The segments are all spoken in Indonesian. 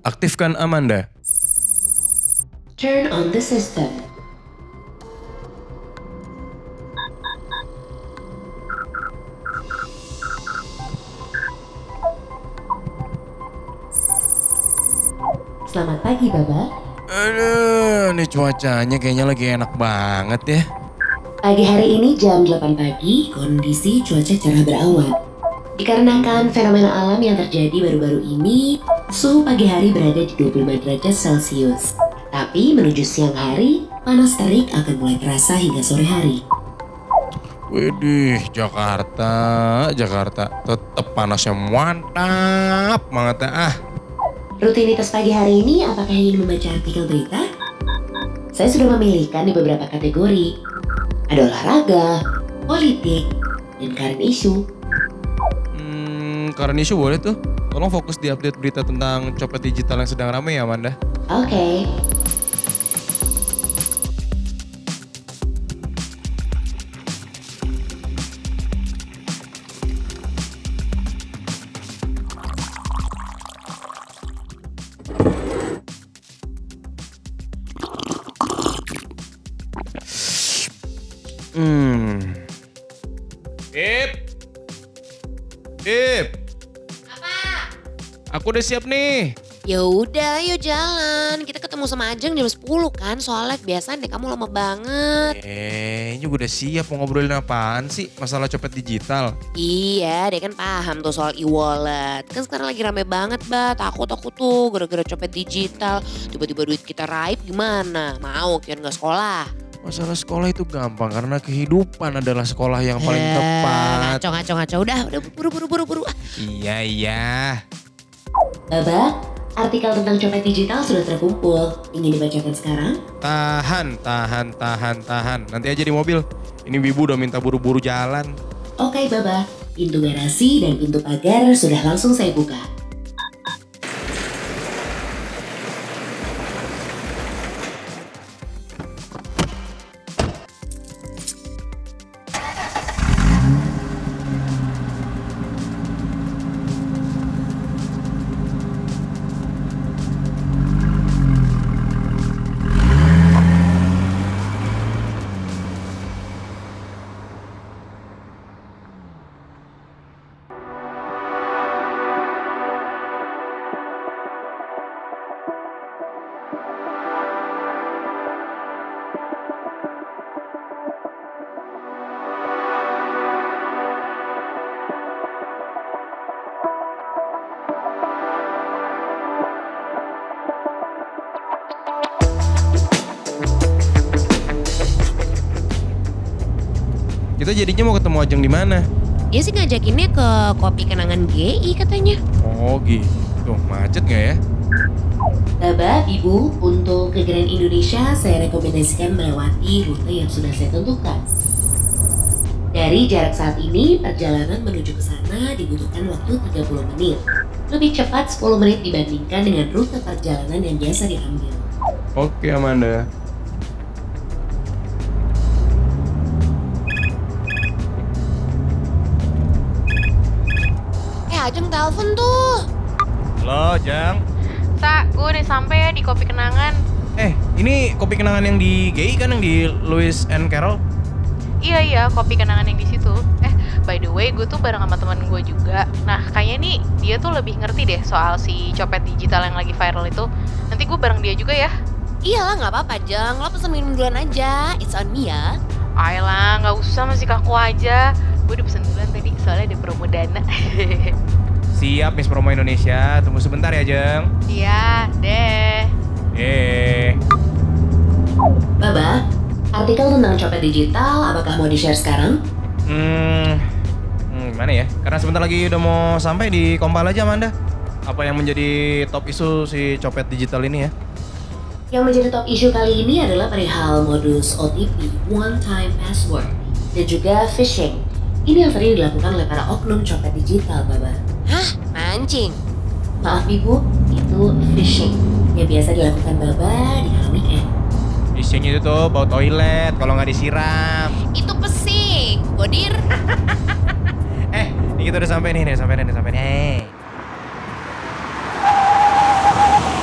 Aktifkan Amanda. Turn on the system. Selamat pagi, Baba. Aduh, ini cuacanya kayaknya lagi enak banget ya. Pagi hari ini jam 8 pagi, kondisi cuaca cerah berawan. Dikarenakan fenomena alam yang terjadi baru-baru ini, suhu pagi hari berada di 25 derajat Celcius. Tapi menuju siang hari, panas terik akan mulai terasa hingga sore hari. Widih, Jakarta. Tetep panasnya mantap banget ya. Rutinitas pagi hari ini apakah ingin membaca artikel berita? Saya sudah memilihkan di beberapa kategori. Ada olahraga, politik, dan current issue. Current issue boleh tuh. Tolong fokus di update berita tentang copet digital yang sedang ramai ya, Amanda. Oke. Ip. Apa? Aku udah siap nih. Ya udah, ayo jalan. Kita ketemu sama Ajeng jam 10 kan. Soalnya kebiasaan deh kamu lama banget. Ini juga udah siap, mau ngobrolin apaan sih? Masalah copet digital. Iya, dia kan paham tuh soal e-wallet. Kan sekarang lagi rame banget, Takut aku tuh gara-gara copet digital. Tiba-tiba duit kita raib gimana? Mau kian gak sekolah? Masalah sekolah itu gampang karena kehidupan adalah sekolah yang paling tepat. Ngaco. Udah buru. Iya. Baba, artikel tentang copet digital sudah terkumpul. Ingin dibacakan sekarang? Tahan. Nanti aja di mobil. Ini Wibu udah minta buru-buru jalan. Oke, Baba. Pintu garasi dan pintu pagar sudah langsung saya buka. Kita jadinya mau ketemu Ajeng di mana? Dia sih ngajakinnya ke Kopi Kenangan GI katanya. Oh gitu, macet gak ya? Baba, Ibu, untuk ke Grand Indonesia saya rekomendasikan melewati rute yang sudah saya tentukan. Dari jarak saat ini, perjalanan menuju ke sana dibutuhkan waktu 30 menit. Lebih cepat 10 menit dibandingkan dengan rute perjalanan yang biasa diambil. Oke, Amanda. Ajeng telepon tuh. Halo, Jang. Sa, gue udah sampai ya di Kopi Kenangan. Ini kopi kenangan yang di GI kan, yang di Lewis and Carroll? Iya, Kopi Kenangan yang di situ. By the way, gue tuh bareng sama teman gue juga. Nah, kayaknya nih dia tuh lebih ngerti deh soal si copet digital yang lagi viral itu. Nanti gue bareng dia juga ya. Iyalah, nggak apa-apa, Jeng. Lo pesen minum duluan aja. It's on me ya. Ayolah, nggak usah, masih kaku aja. Gue udah pesen duluan tadi, soalnya ada promo dana. Siap, Miss Promo Indonesia. Tunggu sebentar ya, Jeng. Iya, deh. Baba, artikel tentang copet digital apakah mau di-share sekarang? Gimana ya? Karena sebentar lagi udah mau sampai, di kompal aja, Amanda. Apa yang menjadi top isu si copet digital ini ya? Yang menjadi top issue kali ini adalah perihal modus OTP, one time password, dan juga phishing. Ini yang sering dilakukan oleh para oknum copet digital, Baba. Hah? Mancing? Maaf Ibu, itu phishing yang biasa dilakukan Baba di hari weekend. Phishing itu tuh bau toilet kalau nggak disiram. Itu pesing, Bodir. Ini kita udah sampai nih.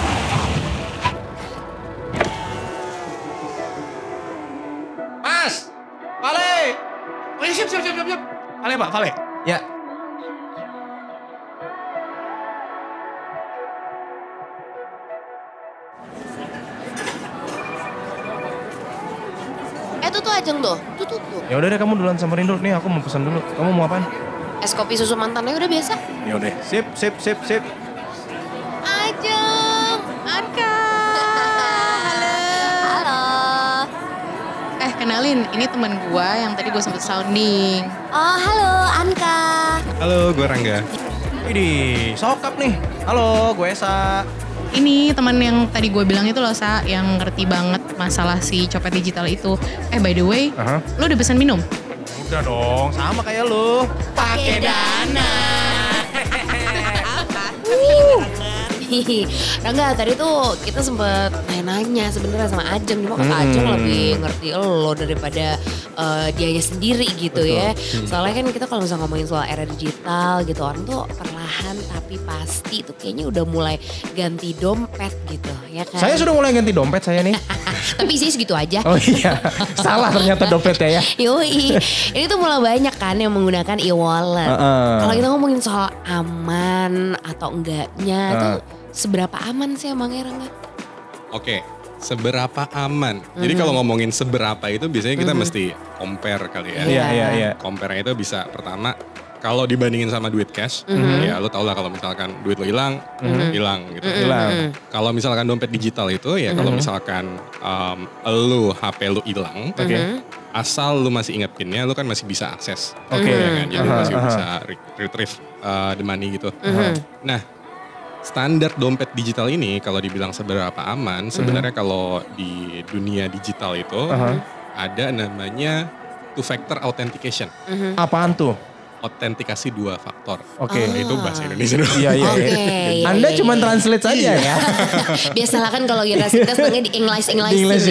Pak Vale. Ya. Tuh Ajeng tuh. Tuh. Ya udah deh kamu duluan samperin dulu nih, aku mau pesan dulu. Kamu mau apaan? Es kopi susu mantannya udah biasa. Ya udah. Sip. Ajeng, Anka. Halo. Kenalin, ini teman gua yang tadi gua sempet sounding. Oh, halo Anka. Halo, gue Rangga. Widih, sokap nih. Halo, gue Esa. Ini teman yang tadi gue bilang itu loh, Sa, yang ngerti banget masalah si copet digital itu. By the way, lo udah pesan minum? Udah dong, sama kayak lu. Pakai Dana. Rangga, tadi tuh kita sempet nanya sebenarnya sama Ajeng, cuma kata Ajeng lebih ngerti lo daripada dianya sendiri gitu. Betul. Ya. Soalnya kan kita kalau misalnya ngomongin soal era digital gitu, orang tuh perlahan tapi pasti tuh kayaknya udah mulai ganti dompet gitu, ya kan? Saya sudah mulai ganti dompet saya nih. Tapi isinya segitu aja. Oh iya, salah ternyata dompetnya ya. Yoi, ini tuh mulai banyak kan yang menggunakan e-wallet. Kalau kita ngomongin soal aman atau enggaknya tuh seberapa aman sih emangnya Rangga? Oke, seberapa aman? Jadi kalau ngomongin seberapa itu biasanya kita mesti compare kali ya. Iya. Compare-nya itu bisa pertama, kalau dibandingin sama duit cash, ya lo tau lah kalau misalkan duit lo hilang, hilang gitu. Hilang. Kalau misalkan dompet digital itu ya kalau misalkan lo HP lo hilang, asal lo masih ingat PIN-nya, lo kan masih bisa akses. Oke. Ya kan? Jadi lo masih bisa retrieve the money gitu. Nah, standar dompet digital ini kalau dibilang seberapa aman, sebenarnya kalau di dunia digital itu ada namanya two-factor authentication. Apaan tuh? Autentikasi 2 faktor. Oke. Itu bahasa Indonesia dulu. Iya. Oke. Anda cuma translate saja ya. Biasalah kan kalau generasi kita senangnya di English-in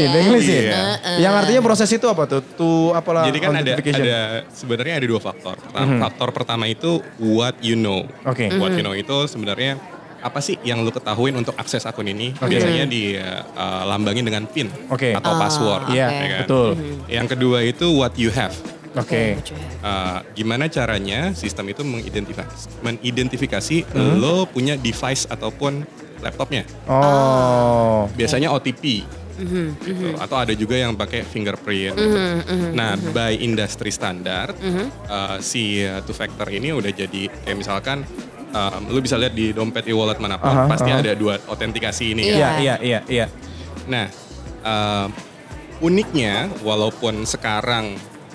ya. Yang artinya proses itu apa tuh? Apalah Jadi kan authentication. sebenarnya ada 2 faktor. Faktor pertama itu what you know. Oke. What you know itu sebenarnya apa sih yang lu ketahuin untuk akses akun ini? Biasanya dilambangin dengan PIN atau password. Iya, ya kan? betul. Yang kedua itu what you have. Oke. Gimana caranya sistem itu mengidentifikasi lo punya device ataupun laptopnya. Oh. Biasanya OTP. Gitu. Atau ada juga yang pakai fingerprint. Gitu. Nah, by industry standard, si two factor ini udah jadi kayak misalkan lu bisa lihat di dompet e-wallet manapun pasti ada 2 autentikasi ini. Iya. Nah, uniknya walaupun sekarang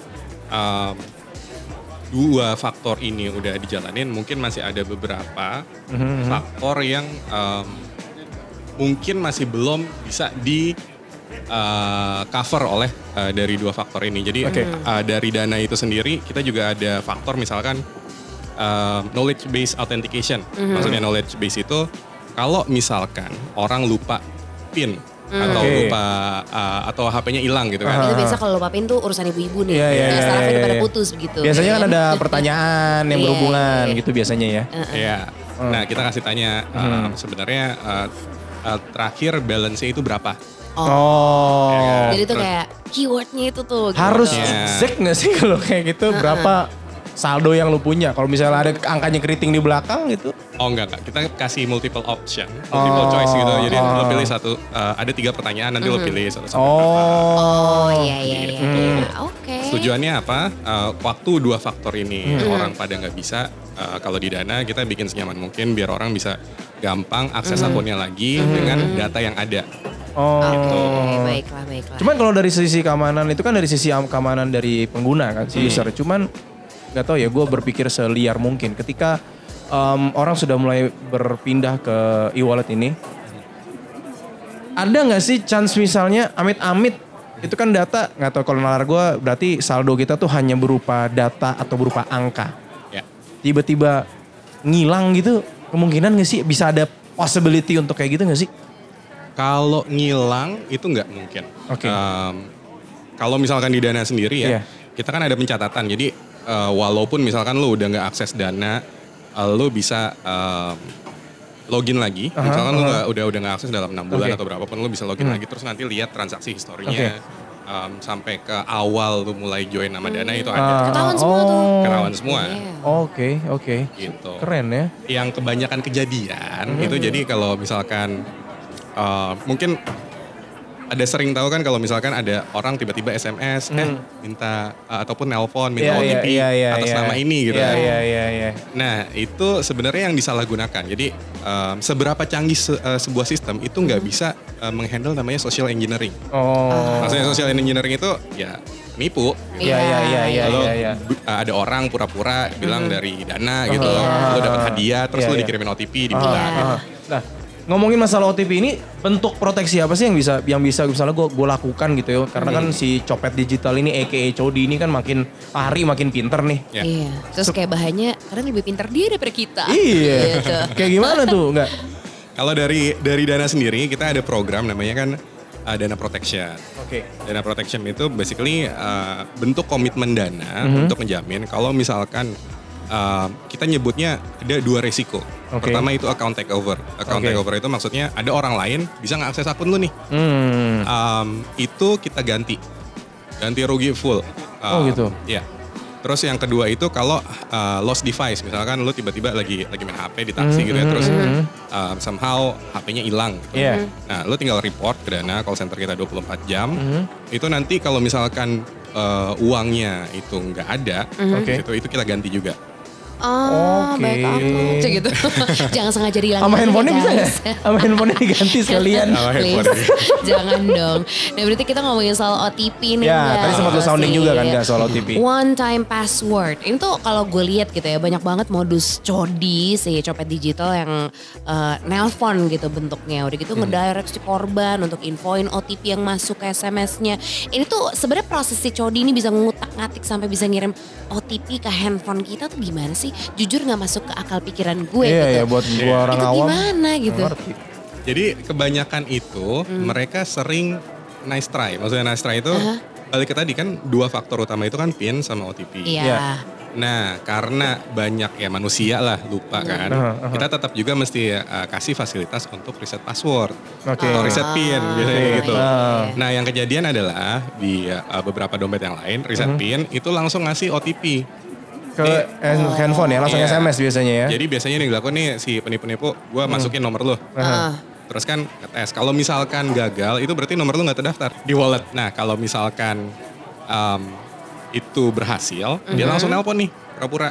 2 faktor ini udah dijalanin, mungkin masih ada beberapa faktor yang mungkin masih belum bisa di cover oleh dari 2 faktor ini. Jadi dari Dana itu sendiri kita juga ada faktor misalkan knowledge based authentication. Maksudnya knowledge based itu kalau misalkan orang lupa PIN atau lupa atau HP-nya hilang gitu kan. Itu biasa kalau lupa PIN tuh urusan ibu-ibu nih. Sarafnya pada putus begitu. Biasanya kan ada pertanyaan yang berhubungan gitu biasanya ya. Iya. Nah, kita kasih tanya sebenarnya terakhir balance-nya itu berapa? Jadi tuh kayak keywordnya itu tuh. Harus gitu. exact gak sih kalau kayak gitu berapa saldo yang lu punya? Kalau misalnya ada angkanya keriting di belakang gitu. Oh enggak. Kita kasih multiple option, multiple choice gitu. Jadi lo pilih satu, ada 3 pertanyaan nanti lo pilih satu sampai berapa. Iya. Oke. Tujuannya apa? Waktu 2 faktor ini orang pada nggak bisa, kalau di Dana kita bikin senyaman mungkin biar orang bisa gampang akses akunnya lagi dengan data yang ada. Oke, baiklah. Cuman kalau dari sisi keamanan itu kan dari sisi keamanan dari pengguna kan si user. Cuman nggak tahu ya, gue berpikir seliar mungkin ketika orang sudah mulai berpindah ke e-wallet ini, ada nggak sih chance misalnya amit-amit itu kan data, nggak tahu kalau nalar gue berarti saldo kita tuh hanya berupa data atau berupa angka. Ya. Tiba-tiba ngilang gitu, kemungkinan nggak sih bisa ada possibility untuk kayak gitu nggak sih? Kalau ngilang itu nggak mungkin. Oke. Kalau misalkan di Dana sendiri ya, kita kan ada pencatatan. Jadi walaupun misalkan lo udah nggak akses Dana, lo bisa login lagi. Misalkan lo udah nggak akses dalam 6 bulan atau berapapun, lo bisa login lagi terus nanti lihat transaksi historinya. sampai ke awal lu mulai join nama Dana itu ada. Ketahuan semua tuh. Ketahuan semua. Oke. Gitu. Keren ya. Yang kebanyakan kejadian itu jadi kalau misalkan mungkin ada sering tahu kan kalau misalkan ada orang tiba-tiba SMS minta ataupun nelpon minta OTP atas nama ini gitu. Iya. Nah itu sebenarnya yang disalahgunakan. Jadi seberapa canggih sebuah sistem itu nggak bisa menghandle namanya social engineering. Maksudnya social engineering itu ya nipu. Iya. Ada orang pura-pura bilang dari Dana gitu, lo dapat hadiah, terus lo dikirimin OTP di bulan. Nah, ngomongin masalah OTP ini, bentuk proteksi apa sih yang bisa misalnya gue lakukan gitu ya? Karena kan si copet digital ini, aka Codi ini kan makin hari makin pinter nih. Iya. Terus kayak bahannya kadang lebih pinter dia daripada kita. Iya. Gitu. Kayak gimana tuh? Enggak. Kalau dari Dana sendiri kita ada program namanya kan Dana Protection. Oke. Dana Protection itu basically bentuk komitmen Dana untuk menjamin kalau misalkan kita nyebutnya ada 2 resiko. Pertama itu account takeover. Account takeover itu maksudnya ada orang lain bisa ngakses akun lu nih. Itu kita ganti rugi full. Gitu. Ya. Terus yang kedua itu kalau lost device, misalkan lu tiba-tiba lagi main HP di taksi gitu ya, terus somehow HP-nya hilang. Gitu. Nah, lu tinggal report ke Dana, call center kita 24 jam. Itu nanti kalau misalkan uangnya itu nggak ada, itu kita ganti juga. Baik aku. Gitu. Jangan sengaja dihilangin. Sama handphonenya bisa nggak? Sama handphonenya diganti sekalian. Please. Jangan dong. Nah berarti kita ngomongin soal OTP nih. Ya, tadi sempat lu sounding juga kan nggak soal OTP. One time password. Ini tuh kalau gue lihat gitu ya, banyak banget modus Codi si copet digital yang nelpon gitu bentuknya. Udah gitu ngedirect si korban untuk infoin OTP yang masuk ke SMS-nya. Ini tuh sebenarnya proses si Codi ini bisa ngutak-ngatik sampai bisa ngirim OTP ke handphone kita tuh gimana sih? Jujur gak masuk ke akal pikiran gue gitu. Iya, buat gue orang itu awam. Gimana gitu? Jadi kebanyakan itu mereka sering nice try. Maksudnya nice try itu balik ke tadi kan 2 faktor utama itu kan PIN sama OTP. Iya. Nah karena banyak ya manusia lah lupa kan. Kita tetap juga mesti kasih fasilitas untuk reset password. Atau reset PIN biasanya gitu. Nah yang kejadian adalah di beberapa dompet yang lain reset PIN itu langsung ngasih OTP. Ke handphone ya, langsung SMS biasanya ya. Jadi biasanya yang dilakukan nih si penipu-penipu, gue masukin nomor lo. Terus kan tes, kalau misalkan gagal itu berarti nomor lo gak terdaftar di wallet. Nah kalau misalkan itu berhasil, dia langsung nelpon nih, pura-pura.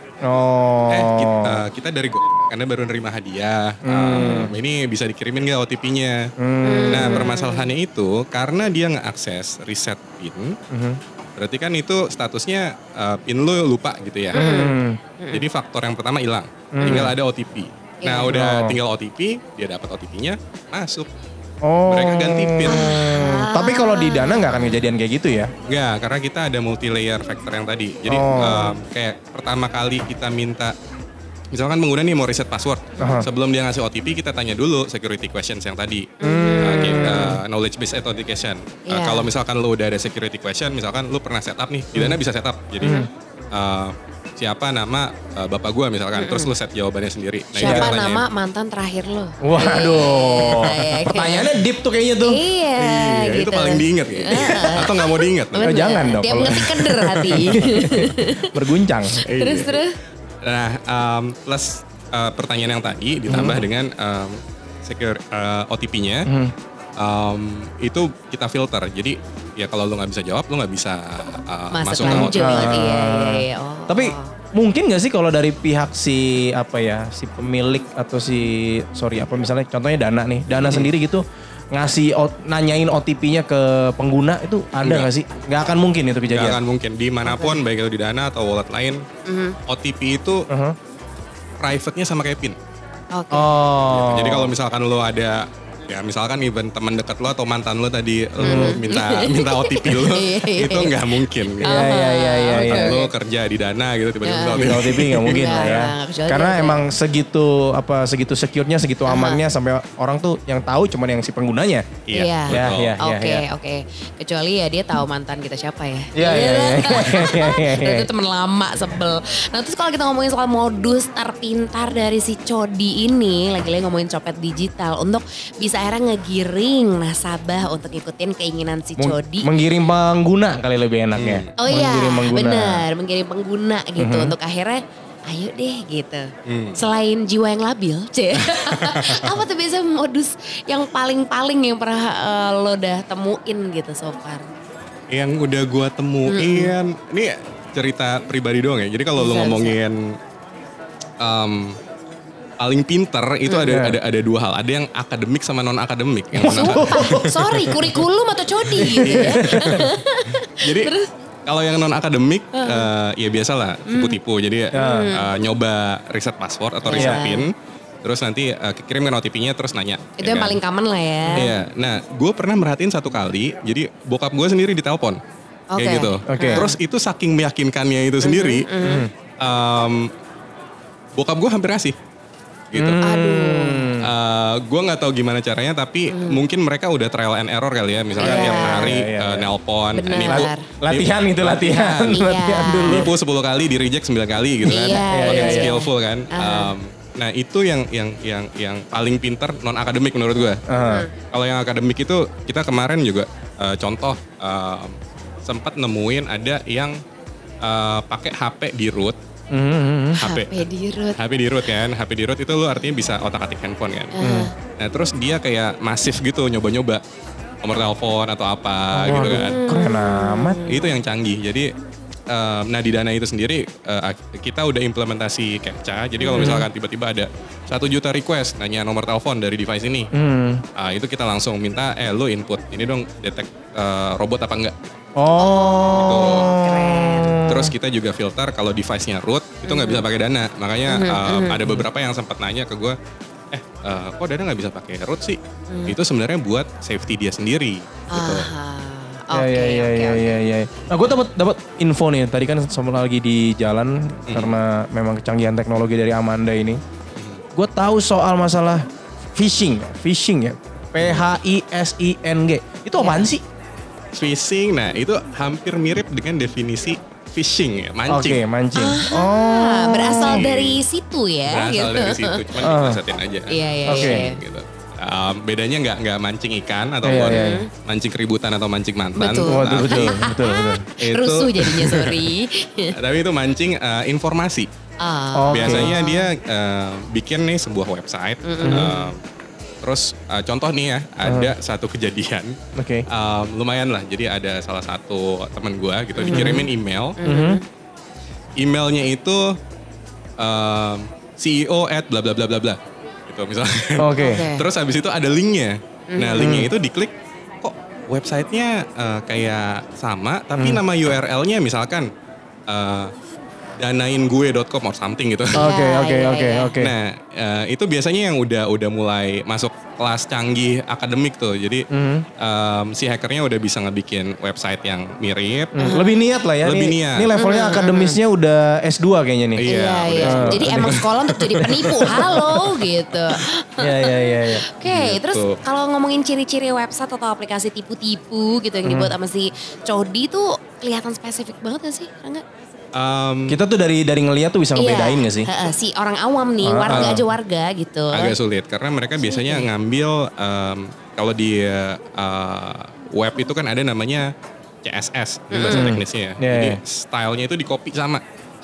Kita dari karena baru nerima hadiah, ini bisa dikirimin gak OTP-nya. Nah permasalahannya itu karena dia nge-akses reset PIN, berarti kan itu statusnya PIN lu lupa gitu ya. Jadi faktor yang pertama hilang, tinggal ada OTP. Nah udah tinggal OTP, dia dapat OTP-nya, masuk. Mereka ganti PIN. Tapi kalau di Dana nggak akan kejadian kayak gitu ya? Nggak, karena kita ada multi layer factor yang tadi. Jadi kayak pertama kali kita minta, misalkan pengguna nih mau reset password, sebelum dia ngasih OTP kita tanya dulu security questions yang tadi, knowledge based authentication. Kalau misalkan lu udah ada security question, misalkan lu pernah setup nih, di Dana bisa setup. Jadi siapa nama bapak gua misalkan, terus lu set jawabannya sendiri. Nah, siapa nama mantan terakhir lo? Waduh, pertanyaannya deep tuh kayaknya tuh. Iya gitu. Itu paling diinget ya, atau nggak mau diinget? Jangan dong. Dia mengetik hati. Berguncang. Terus. Nah, plus pertanyaan yang tadi ditambah dengan OTP-nya, itu kita filter. Jadi ya kalau lu nggak bisa jawab, lu nggak bisa masuk ke OTP. Iya. Tapi mungkin nggak sih kalau dari pihak si pemilik atau misalnya contohnya Dana nih, Dana sendiri gitu ngasih nanyain OTP-nya ke pengguna itu ada nggak sih? Nggak akan mungkin itu kejadian. Nggak akan mungkin dimanapun, baik itu di Dana atau wallet lain, OTP itu private-nya sama kayak PIN. Gitu. Jadi kalau misalkan lo ada, ya misalkan event teman dekat lo atau mantan lo tadi lo minta OTP lo, itu nggak mungkin. Iya. Lo kerja di Dana gitu tiba-tiba minta OTP nggak mungkin lah ya. Karena emang segitu secure-nya, segitu amannya sampai orang tuh yang tahu cuman yang si penggunanya. Iya. Oke. Kecuali ya dia tahu mantan kita siapa ya. Iya. Itu temen lama sebel. Nah terus kalau kita ngomongin soal modus terpintar dari si Codi ini, lagi-lagi ngomongin copet digital untuk bisa bisa akhirnya ngegiring nasabah untuk ikutin keinginan si Cody. Menggiring pengguna kali lebih enaknya. Oh iya, Menggiring pengguna. benar, mengirim pengguna gitu untuk akhirnya ayo deh gitu. Selain jiwa yang labil, apa tuh biasanya modus yang paling-paling yang pernah lo udah temuin gitu so far? Yang udah gue temuin, ini cerita pribadi doang ya. Jadi kalau lo ngomongin paling pinter itu ada dua hal. Ada yang akademik sama non akademik. Sorry, kurikulum atau Cody gitu ya. Jadi kalau yang non akademik ya biasalah tipu-tipu. Jadi nyoba reset password atau reset PIN. Terus nanti kirim ke OTP-nya terus nanya. Itu yang paling common lah ya. Iya. Nah, gue pernah merhatiin satu kali. Jadi bokap gue sendiri ditelepon. Kayak gitu. Terus itu saking meyakinkannya itu sendiri. Bokap gue hampir ngasih. Gitu. Gue nggak tahu gimana caranya, tapi mungkin mereka udah trial and error kali ya. Misalnya tiap hari nelpon. Latihan dulu. Nipu 10 kali, di reject 9 kali gitu kan. Makin skillful kan. Nah itu yang paling pinter non akademik menurut gue. Kalau yang akademik itu kita kemarin juga contoh sempat nemuin ada yang pakai HP di root. HP di root kan. HP di root itu lu artinya bisa otak-atik handphone kan. Nah terus dia kayak masif gitu nyoba-nyoba nomor telepon atau apa gitu kan. Keren amat. Itu yang canggih. Jadi nah di Dana itu sendiri kita udah implementasi CAPTCHA. Jadi kalau misalkan tiba-tiba ada 1 juta request nanya nomor telepon dari device ini. Itu kita langsung minta lu input. Ini dong detect robot apa enggak. Gitu. Terus kita juga filter kalau device-nya root itu nggak bisa pakai Dana. Makanya ada beberapa yang sempat nanya ke gue, kok Dana nggak bisa pakai root sih? Itu sebenarnya buat safety dia sendiri. Gitu. Iya. Nah gue dapat info nih. Tadi kan sama lagi di jalan karena memang kecanggihan teknologi dari Amanda ini. Gue tahu soal masalah phishing ya. PHISING. Itu apaan sih? Phishing, nah itu hampir mirip dengan definisi fishing ya, mancing. Oke, mancing. Berasal dari situ ya. Berasal dari situ, cuman diplesetin aja. Iya. Gitu. Bedanya nggak mancing ikan ataupun mancing keributan atau mancing mantan. Betul. Rusuh jadinya, sorry. Tapi itu mancing informasi. Biasanya dia bikin nih sebuah website. Terus contoh nih ya, ada satu kejadian, lumayan lah. Jadi ada salah satu teman gue gitu dikirimin email, emailnya itu CEO @ bla bla bla bla bla, gitu misalnya. Terus habis itu ada linknya. Nah linknya itu diklik, kok websitenya kayak sama, tapi nama URL-nya misalkan danaingue.com or something gitu. Oke. Nah, itu biasanya yang udah mulai masuk kelas canggih akademik tuh. Jadi si hackernya udah bisa ngebikin website yang mirip. Lebih niat lah ya. Lebih niat. Ini levelnya akademisnya udah S2 kayaknya nih. Iya. Jadi emang sekolah untuk jadi penipu. Halo gitu. Iya. Oke, terus kalau ngomongin ciri-ciri website atau aplikasi tipu-tipu gitu yang dibuat sama si Cody tuh kelihatan spesifik banget gak sih? Enggak? Kita tuh dari ngeliat tuh bisa ngebedain gak sih? Si orang awam nih, warga gitu. Agak sulit karena mereka biasanya ngambil kalau di web itu kan ada namanya CSS bahasa teknisnya ya. Jadi stylenya itu di copy sama.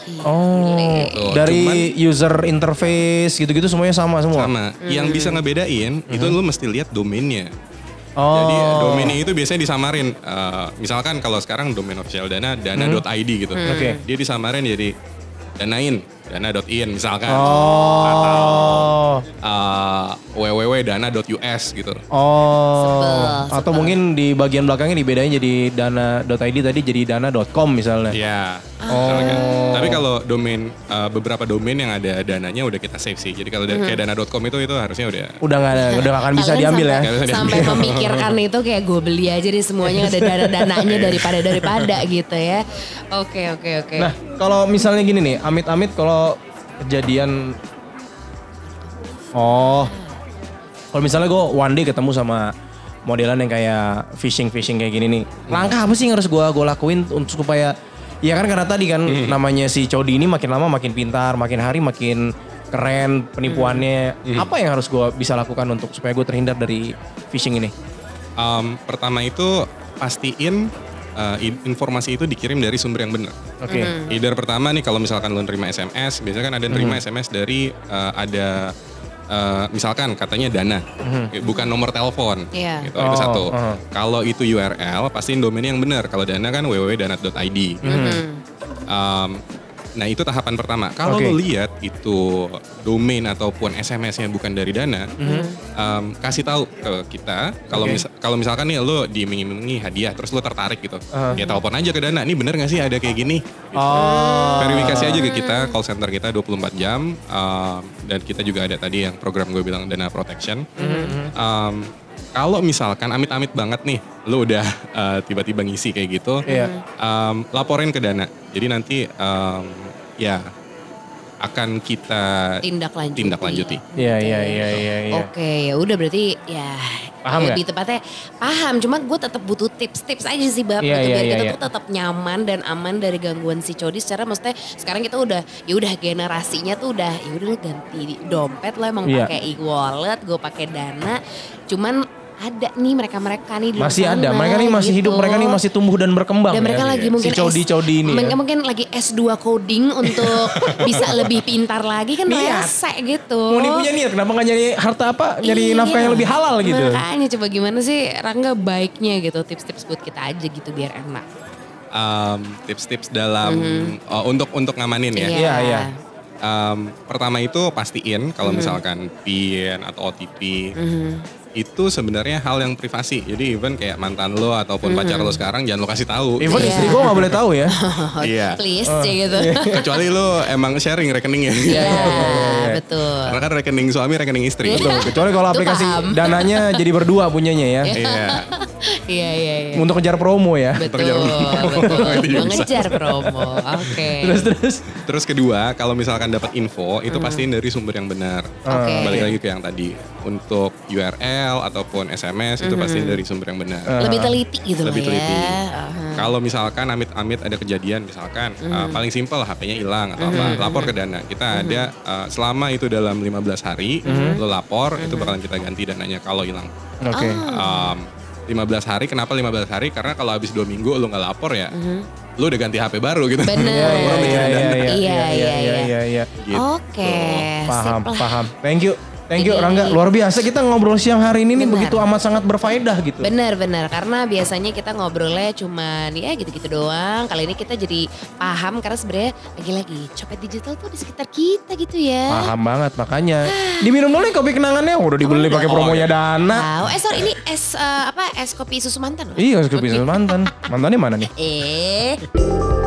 Dari user interface gitu-gitu semuanya sama semua? Sama. Yang bisa ngebedain itu lu mesti lihat domainnya. Jadi domainnya itu biasanya disamarin. Misalkan kalau sekarang domain official dana.id gitu. Dia disamarin jadi dana.in misalkan. Atau www.dana.us gitu. Atau mungkin di bagian belakangnya dibedain jadi dana.id tadi jadi dana.com misalnya. Iya. Tapi kalau domain beberapa domain yang ada dananya udah kita save sih. Jadi kalau kayak dana.com itu harusnya udah nggak akan bisa diambil ya. Sampai memikirkan itu kayak gue beli aja deh semuanya ada dana-dananya daripada gitu ya. Oke. Nah, kalau misalnya gini nih, amit-amit kalau kejadian kalau misalnya gue one day ketemu sama modelan yang kayak phishing kayak gini nih. Langkah apa sih yang harus gue lakuin untuk supaya ya kan karena tadi kan namanya si Cody ini makin lama makin pintar, makin hari makin keren penipuannya. Apa yang harus gue bisa lakukan untuk supaya gue terhindar dari phishing ini? Pertama itu pastiin informasi itu dikirim dari sumber yang benar. Oke. Either pertama nih kalau misalkan lo nerima SMS, biasanya kan ada nerima SMS dari misalkan katanya Dana, bukan nomor telepon. Iya. Gitu, itu satu. Kalau itu URL, pastiin domainnya yang benar. Kalau Dana kan www.dana.id. Nah itu tahapan pertama. Kalau lo lihat itu domain ataupun SMS-nya bukan dari Dana, kasih tahu ke kita. Kalau misalkan nih lo diiming-imingi hadiah, terus lo tertarik gitu, ya telepon aja ke Dana. Ini bener nggak sih ada kayak gini? Gitu. Verifikasi aja ke kita, call center kita 24 jam. Dan kita juga ada tadi yang program gue bilang Dana Protection. Kalau misalkan amit-amit banget nih, lo udah tiba-tiba ngisi kayak gitu, laporin ke Dana. Jadi nanti ya akan kita tindak lanjuti. Iya. Oke, ya udah berarti ya paham lebih tepatnya paham. Cuma gue tetap butuh tips aja sih Bab, Iya, gitu, iya, biar iya, kita iya. tuh tetap nyaman dan aman dari gangguan si Codi. Secara maksudnya sekarang kita udah generasinya tuh udah lo ganti dompet lo emang Iya. pakai e-wallet, gue pakai Dana. Cuman ada nih mereka nih di luar Masih sana, ada, mereka nih masih hidup, mereka nih masih tumbuh dan berkembang. dan mereka ya. lagi mungkin si Codi ini ya. mungkin lagi S2 coding untuk bisa lebih pintar lagi kan Niat. rese gitu. Mau punya niat, kenapa gak nyari harta nyari Iya. nafkah yang lebih halal gitu. Makanya coba gimana sih Rangga baiknya gitu, tips-tips buat kita aja gitu biar enak. Tips-tips dalam untuk ngamanin ya. Iya. Pertama itu pastiin kalau misalkan PIN atau OTP itu sebenarnya hal yang privasi. Jadi even kayak mantan lo ataupun pacar lo sekarang jangan lo kasih tahu. Even Iya. istri gue gak boleh tahu ya. Iya. Please gitu. Kecuali lo emang sharing rekeningnya. Iya, betul. Karena kan rekening suami, rekening istri. Betul, kecuali kalau Itu aplikasi paham. dananya jadi berdua punyanya ya. Iya. Iya. Untuk ngejar promo ya. Betul. Itu juga bisa. Mengejar promo. Oke. Terus kedua, kalau misalkan dapat info, itu pastiin dari sumber yang benar. Oke. Balik lagi ke yang tadi. Untuk URL ataupun SMS, itu pastiin dari sumber yang benar. Lebih teliti gitu Lebih lah teliti. ya. Kalau misalkan amit-amit ada kejadian, misalkan paling simpel HP-nya hilang atau apa, lapor ke Dana. Kita ada selama itu dalam 15 hari, lo lapor, itu bakalan kita ganti dananya kalau hilang. Oke. 15 hari, kenapa 15 hari? Karena kalau habis 2 minggu lo nggak lapor ya, lo udah ganti HP baru gitu. Bener. Orang mikirin Dana. Iya. Gitu. Oke. Paham, sip lah. paham. Thank you Ini- Rangga, luar biasa kita ngobrol siang hari ini nih Benar. begitu amat sangat berfaedah gitu. Bener, karena biasanya kita ngobrolnya cuman ya gitu-gitu doang. Kali ini kita jadi paham karena sebenarnya lagi-lagi copet digital tuh di sekitar kita gitu ya. Paham banget makanya. Diminum dulu nih kopi kenangannya udah dibeli pakai promonya Dana. Sorry ini es kopi susu mantan loh. Iya, kopi mantan. Mantannya mana nih?